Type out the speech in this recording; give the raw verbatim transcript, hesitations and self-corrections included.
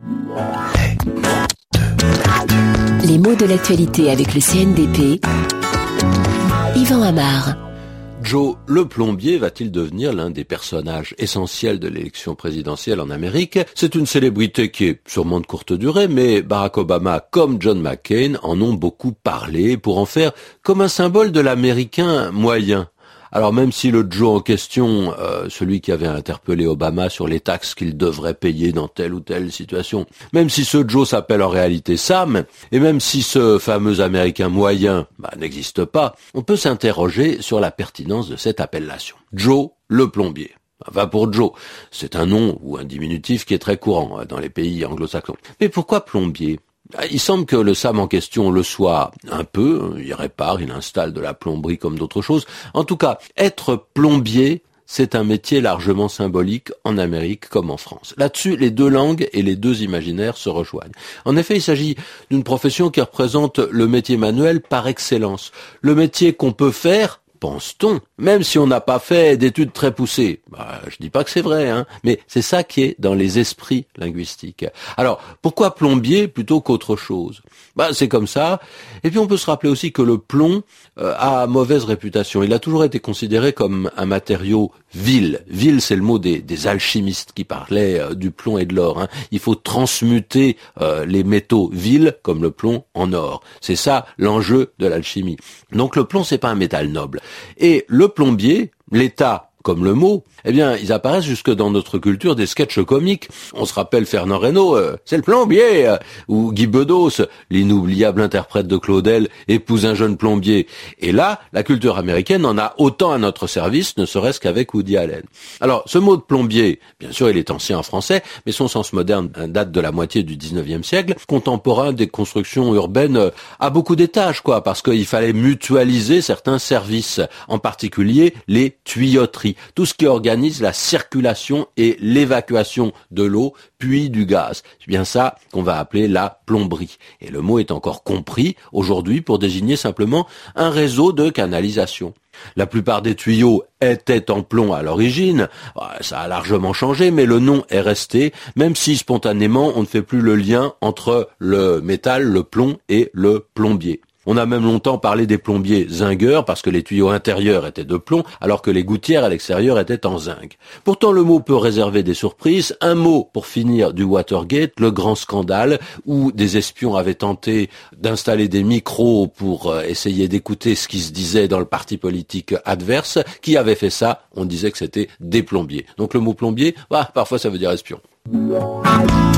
Les mots de l'actualité avec le C N D P. Yvan Amar. Joe le plombier va-t-il devenir l'un des personnages essentiels de l'élection présidentielle en Amérique? C'est une célébrité qui est sûrement de courte durée, mais Barack Obama comme John McCain en ont beaucoup parlé pour en faire comme un symbole de l'américain moyen. Alors même si le Joe en question, euh, celui qui avait interpellé Obama sur les taxes qu'il devrait payer dans telle ou telle situation, même si ce Joe s'appelle en réalité Sam, et même si ce fameux Américain moyen bah, n'existe pas, on peut s'interroger sur la pertinence de cette appellation. Joe le plombier. Va pour Joe. C'est un nom ou un diminutif qui est très courant dans les pays anglo-saxons. Mais pourquoi plombier ? Il semble que le Sam en question le soit un peu, il répare, il installe de la plomberie comme d'autres choses. En tout cas, être plombier, c'est un métier largement symbolique en Amérique comme en France. Là-dessus, les deux langues et les deux imaginaires se rejoignent. En effet, il s'agit d'une profession qui représente le métier manuel par excellence. Le métier qu'on peut faire, pense-t-on, même si on n'a pas fait d'études très poussées. Bah, je dis pas que c'est vrai, hein, mais c'est ça qui est dans les esprits linguistiques. Alors, pourquoi plombier plutôt qu'autre chose ? Bah, c'est comme ça. Et puis on peut se rappeler aussi que le plomb euh, a mauvaise réputation. Il a toujours été considéré comme un matériau vil. Vil, c'est le mot des, des alchimistes qui parlaient euh, du plomb et de l'or. Hein. Il faut transmuter euh, les métaux vils, comme le plomb, en or. C'est ça l'enjeu de l'alchimie. Donc le plomb, c'est pas un métal noble. Et le plombier, l'État, comme le mot, eh bien, ils apparaissent jusque dans notre culture des sketchs comiques. On se rappelle Fernand Reynaud, euh, c'est le plombier, euh, ou Guy Bedos, l'inoubliable interprète de Claudel, épouse un jeune plombier. Et là, la culture américaine en a autant à notre service, ne serait-ce qu'avec Woody Allen. Alors, ce mot de plombier, bien sûr, il est ancien en français, mais son sens moderne date de la moitié du dix-neuvième siècle. Contemporain des constructions urbaines euh, a beaucoup d'étages, quoi, parce qu'il fallait mutualiser certains services, en particulier les tuyauteries. Tout ce qui organise la circulation et l'évacuation de l'eau, puis du gaz. C'est bien ça qu'on va appeler la plomberie. Et le mot est encore compris aujourd'hui pour désigner simplement un réseau de canalisation. La plupart des tuyaux étaient en plomb à l'origine, ça a largement changé, mais le nom est resté, même si spontanément on ne fait plus le lien entre le métal, le plomb et le plombier. On a même longtemps parlé des plombiers zingueurs parce que les tuyaux intérieurs étaient de plomb alors que les gouttières à l'extérieur étaient en zinc. Pourtant, le mot peut réserver des surprises. Un mot pour finir du Watergate, le grand scandale où des espions avaient tenté d'installer des micros pour essayer d'écouter ce qui se disait dans le parti politique adverse. Qui avait fait ça ? On disait que c'était des plombiers. Donc le mot plombier, bah, parfois ça veut dire espion.